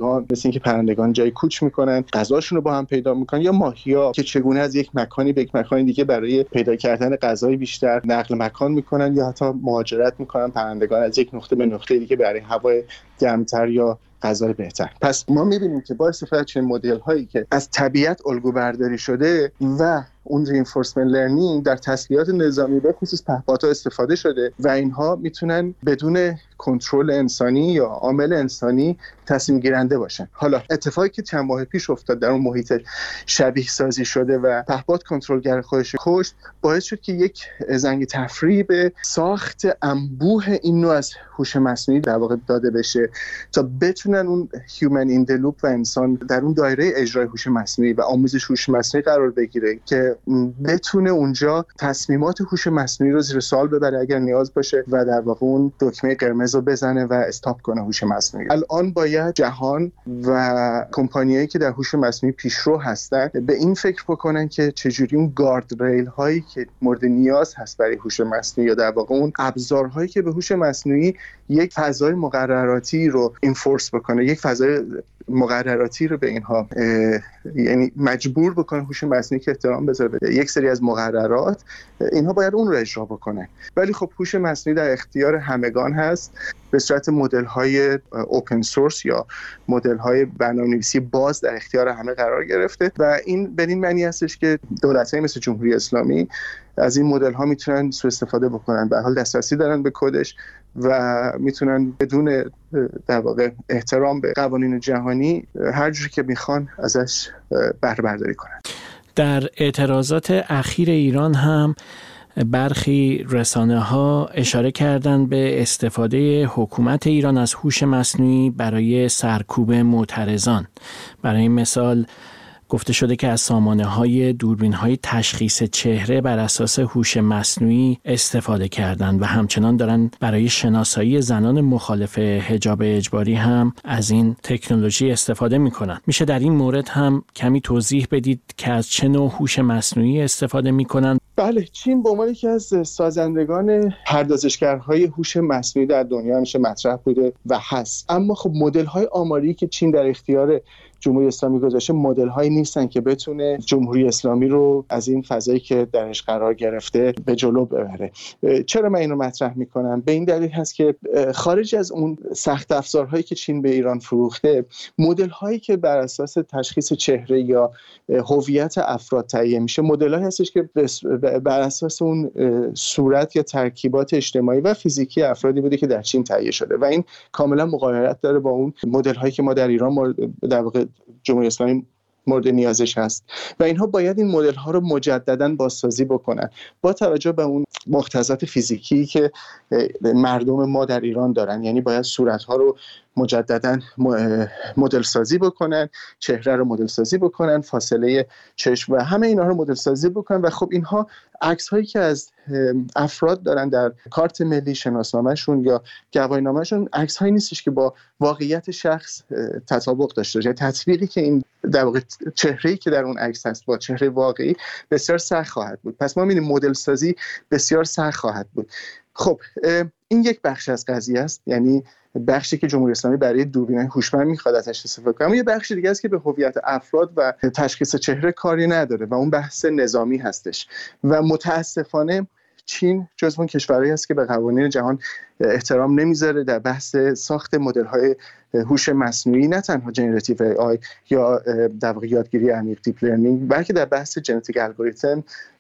پرندگان، مثل اینکه پرندگان جای کوچ میکنن، غذاشون رو با هم پیدا میکنن، یا ماهی‌ها که چگونه از یک مکانی به یک مکان دیگه برای پیدا کردن غذای بیشتر نقل مکان میکنن یا حتی مهاجرت میکنن پرندگان از یک نقطه به نقطه دیگه برای هوای گرمتر یا غذای بهتر. پس ما میبینیم که با استفاده از چنین مدل هایی که از طبیعت الگو برداری شده و اون reinforcement learning در تسلیحات نظامی به خصوص پهپادها استفاده شده و اینها میتونن بدون کنترل انسانی یا عامل انسانی تصمیم گیرنده باشن. حالا اتفاقی که چند ماه پیش افتاد در اون محیط شبیه سازی شده و پهپاد کنترلگر خودش کشت، باعث شد که یک زنگ تفریح به ساخت انبوه این نوع از هوش مصنوعی در واقع داده بشه تا بتونن اون human in the loop و انسان در اون دایره اجرای هوش مصنوعی و آموزش هوش مصنوعی قرار بگیره که بتونه اونجا تصمیمات هوش مصنوعی رو زیر سوال ببره اگر نیاز باشه و در واقع اون دکمه قرمز رو بزنه و استاپ کنه هوش مصنوعی. الان باید جهان و کمپانیایی که در هوش مصنوعی پیشرو هستن به این فکر بکنن که چجوری اون گارد ریل هایی که مورد نیاز هست برای هوش مصنوعی یا در واقع اون ابزارهایی که به هوش مصنوعی یک فضای مقرراتی رو انفورس بکنه، یک فضای مقرراتی رو به اینها یعنی مجبور بکنه هوش مصنوعی که احترام بذاره یک سری از مقررات، اینها باید اون رو اجرا بکنه. ولی خب هوش مصنوعی در اختیار همگان هست به صورت مدل‌های اوپن سورس یا مدل‌های برنامه‌نویسی باز در اختیار همه قرار گرفته و این به این معنی هستش که دولت‌های مثل جمهوری اسلامی از این مدل‌ها میتونن سوء استفاده بکنن، به حال دسترسی دارن به کدش و میتونن بدون در واقع احترام به قوانین جهانی هر جوری که میخوان ازش بهره برداری کنن. در اعتراضات اخیر ایران هم برخی رسانه‌ها اشاره کردند به استفاده حکومت ایران از هوش مصنوعی برای سرکوب معترضان. برای مثال گفته شده که از سامانه‌های دوربین‌های تشخیص چهره بر اساس هوش مصنوعی استفاده کردند و همچنان دارن برای شناسایی زنان مخالف حجاب اجباری هم از این تکنولوژی استفاده می‌کنن. میشه در این مورد هم کمی توضیح بدید که از چه نوع هوش مصنوعی استفاده می‌کنن؟ بله، چین به عنوان یکی از سازندگان پردازشگرهای هوش مصنوعی در دنیا همیشه مطرح بوده و هست. اما خب مدل‌های آماری که چین در اختیار جمهوری اسلامی گذاشته مدل‌هایی نیستن که بتونه جمهوری اسلامی رو از این فضایی که درش قرار گرفته به جلو ببره. چرا من اینو مطرح میکنم؟ به این دلیل هست که خارج از اون سخت افزارهایی که چین به ایران فروخته، مدل‌هایی که بر اساس تشخیص چهره یا هویت افراد تهیه میشه، مدل‌هایی هستش که بر اساس اون صورت یا ترکیبات اجتماعی و فیزیکی افرادی بوده که در چین تهیه شده و این کاملا مغایرت داره با اون مدل‌هایی که ما در ایران در واقع جمهوری اسلامی مورد نیازش هست و اینها باید این مدل ها رو مجددا بازسازی بکنن با توجه به اون مقتضیات فیزیکی که مردم ما در ایران دارن. یعنی باید صورت ها رو مجددا مدل سازی بکنن، چهره رو مدل سازی بکنن، فاصله چشم و همه اینا رو مدل سازی بکنن و خب اینها عکس هایی که از افراد دارن در کارت ملی شناسنامه‌شون یا گواهینامه‌شون عکس هایی نیستش که با واقعیت شخص تطابق داشته باشه. تطبیقی که این در واقع چهره‌ای که در اون عکس هست با چهره واقعی بسیار سخت خواهد بود. پس ما می‌بینیم مدل سازی بسیار سخت خواهد بود. خب این یک بخش از قضیه است، یعنی بخشی که جمهوری اسلامی برای دوربین‌های هوشمند می‌خواد ازش استفاده کنه. اما یه بخش دیگه است که به هویت افراد و تشخیص چهره کاری نداره و اون بحث نظامی هستش و متاسفانه چین جزو اون کشورهایی است که به قوانین جهان احترام نمیذاره در بحث ساخت مدل‌های هوش مصنوعی، نه تنها جنراتیو آی یا در واقع یادگیری عمیق دیپ لرنینگ، بلکه در بحث ژنتیک الگوریتم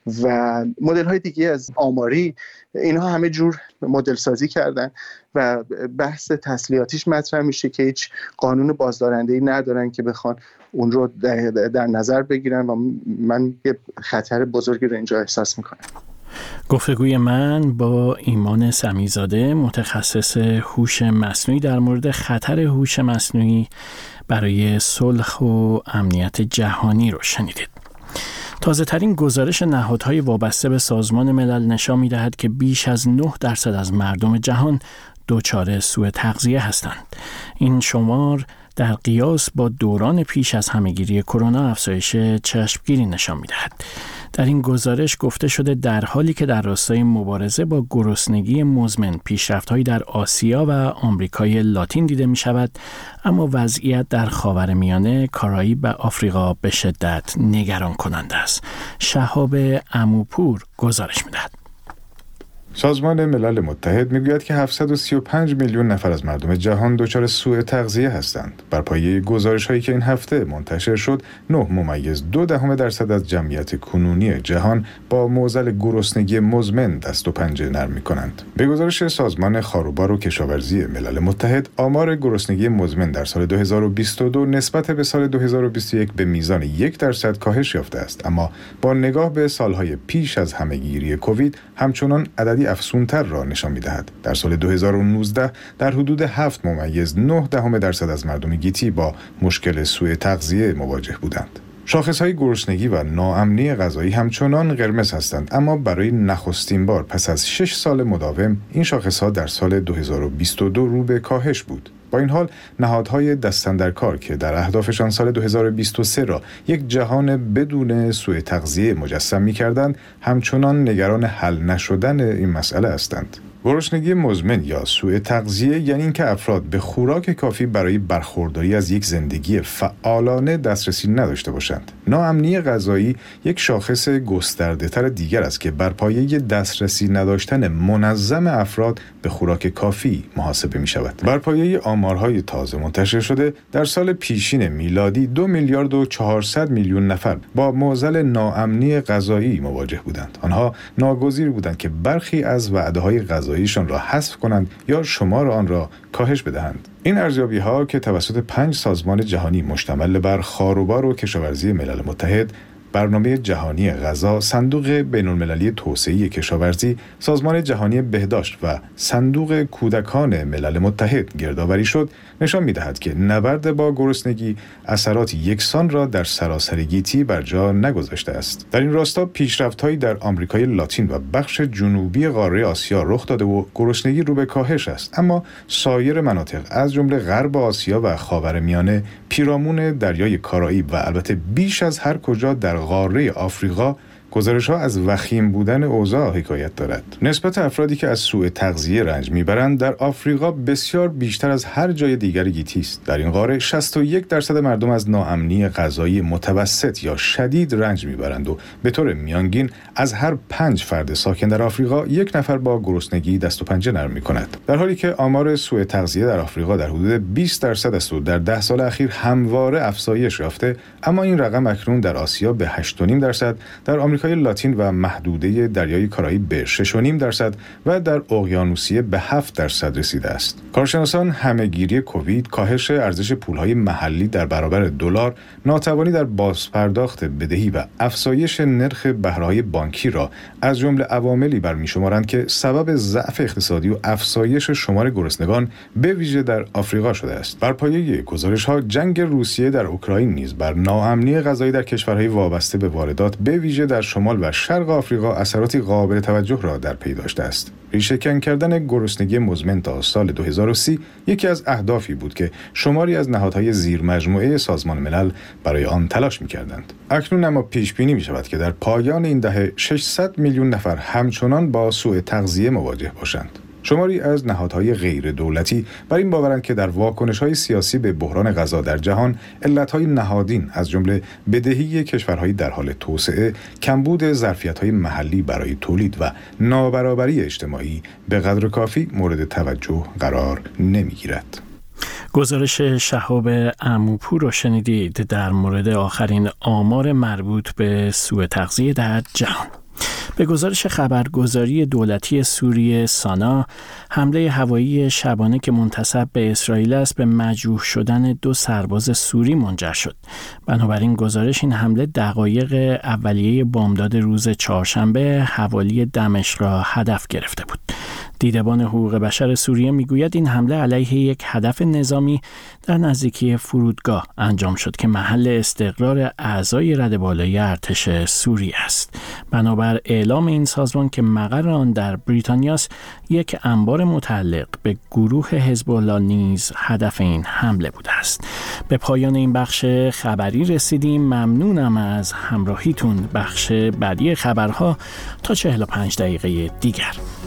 و مدل‌های دیگه از آماری. اینها همه جور مدل سازی کردن و بحث تسلیحاتیش مطرح میشه که هیچ قانون بازدارنده‌ای ندارن که بخوان اون رو در نظر بگیرن و من یه خطر بزرگی رو اینجا احساس میکنم. گفتگوی من با ایمان سمیزاده، متخصص هوش مصنوعی، در مورد خطر هوش مصنوعی برای صلح و امنیت جهانی رو شنیدید. تازه ترین گزارش نهادهای وابسته به سازمان ملل نشان می‌دهد که بیش از 9% از مردم جهان دچار سوء تغذیه هستند. این شمار در قیاس با دوران پیش از همه‌گیری کرونا افزایش چشمگیری نشان می‌دهد. در این گزارش گفته شده در حالی که در راستای مبارزه با گرسنگی مزمن پیشرفت‌هایی در آسیا و آمریکای لاتین دیده می‌شود، اما وضعیت در خاورمیانه، کارائیب و آفریقا به شدت نگران کننده است. شهاب عموپور گزارش می‌دهد. سازمان ملل متحد میگوید که 735 میلیون نفر از مردم جهان دچار سوء تغذیه هستند. بر پایه گزارش‌هایی که این هفته منتشر شد، 9.2% از جمعیت کنونی جهان با معضل گرسنگی مزمن دست و پنجه نرم می‌کنند. به گزارش سازمان خاروبار و کشاورزی ملل متحد، آمار گرسنگی مزمن در سال 2022 نسبت به سال 2021 به میزان 1% کاهش یافته است، اما با نگاه به سالهای پیش از همه‌گیری کووید همچنان عددی افزونتر را نشان می‌دهد. در سال 2019 در حدود 7.9% از مردم گیتی با مشکل سوء تغذیه مواجه بودند. شاخص‌های گرسنگی و ناامنی غذایی همچنان قرمز هستند، اما برای نخستین بار پس از 6 سال مداوم این شاخص‌ها در سال 2022 رو به کاهش بود. با این حال نهادهای دست‌اندرکار که در اهدافشان سال 2023 را یک جهان بدون سوء تغذیه مجسم می‌کردند، همچنان نگران حل نشدن این مسئله هستند. گرسنگی مزمن یا سوء تغذیه یعنی اینکه افراد به خوراک کافی برای برخورداری از یک زندگی فعالانه دسترسی نداشته باشند. ناامنی غذایی یک شاخص گسترده‌تر دیگر است که بر پایه دسترسی نداشتن منظم افراد به خوراک کافی محاسبه می شود. بر پایه آمارهای تازه منتشر شده، در سال پیشین میلادی 2.4 میلیارد نفر با معضل ناامنی غذایی مواجه بودند. آنها ناگزیر بودند که برخی از وعده‌های غذاییشان را حذف کنند یا شمار آن را کاهش بدهند. این ارزیابی‌ها که توسط 5 سازمان جهانی مشتمل بر خاروبار و کشاورزی ملل متحد، برنامه جهانی غذا، صندوق بین‌المللی توسعه کشاورزی، سازمان جهانی بهداشت و صندوق کودکان ملل متحد گردآوری شد، نشان می‌دهد که نبرد با گرسنگی اثرات یکسان را در سراسر گیتی بر جا نگذاشته است. در این راستا پیشرفت‌هایی در آمریکای لاتین و بخش جنوبی قاره آسیا رخ داده و گرسنگی رو به کاهش است، اما سایر مناطق از جمله غرب آسیا و خاورمیانه، پیرامون دریای کارائیب و البته بیش از هر کجا در قاره آفریقا، گزارش‌ها از وخیم بودن اوضاع حکایت دارد. نسبت افرادی که از سوء تغذیه رنج میبرند در آفریقا بسیار بیشتر از هر جای دیگر گیتی است. در این قاره 61% مردم از ناامنی غذایی متوسط یا شدید رنج میبرند و به طور میانگین از هر 5 فرد ساکن در آفریقا 1 نفر با گرسنگی دست و پنجه نرم میکند. در حالی که آمار سوء تغذیه در آفریقا در حدود 20% است و در 10 سال اخیر همواره افزایش یافته، اما این رقم اکنون در آسیا به 8.5%، در آمریکای لاتین و محدوده دریای کارائیب به 6.5% و در اقیانوسیه به 7% رسیده است. کارشناسان همه‌گیری کووید، کاهش ارزش پولهای محلی در برابر دلار، ناتوانی در بازپرداخت بدهی و افزایش نرخ بهره‌های بانکی را از جمله عواملی برمی‌شمارند که سبب ضعف اقتصادی و افزایش شمار گرسنگان به ویژه در آفریقا شده است. بر پایه گزارش‌ها، جنگ روسیه در اوکراین نیز بر ناامنی غذایی در کشورهای وابسته به واردات به ویژه در شمال و شرق آفریقا اثراتی قابل توجه را در پی داشته است. ریشه‌کن کردن گرسنگی مزمن تا سال 2030 یکی از اهدافی بود که شماری از نهادهای زیرمجموعه سازمان ملل برای آن تلاش می‌کردند. اکنون اما پیش بینی می‌شود که در پایان این دهه 600 میلیون نفر همچنان با سوء تغذیه مواجه باشند. شماری از نهادهای غیر دولتی بر این باورند که در واکنش‌های سیاسی به بحران غذا در جهان، علت‌های نهادین از جمله بدهی کشورهای در حال توسعه، کمبود ظرفیت‌های محلی برای تولید و نابرابری اجتماعی به قدر کافی مورد توجه قرار نمی‌گیرد. گزارش شهاب عموپور رو شنیدید در مورد آخرین آمار مربوط به سوء تغذیه در جهان. به گزارش خبرگزاری دولتی سوریه سانا، حمله هوایی شبانه که منتسب به اسرائیل است به مجروح شدن 2 سرباز سوری منجر شد. بنابراین گزارش این حمله دقایق اولیه بامداد روز چهارشنبه حوالی دمشق را هدف گرفته بود. دیدبان حقوق بشر سوریه میگوید این حمله علیه یک هدف نظامی در نزدیکی فرودگاه انجام شد که محل استقرار اعضای رده بالای ارتش سوریه است. بنابر اعلام این سازمان که مقر آن در بریتانیا است، یک انبار متعلق به گروه حزب الله نیز هدف این حمله بوده است. به پایان این بخش خبری رسیدیم. ممنونم از همراهیتون. بخش بعدی خبرها تا 45 دقیقه دیگر.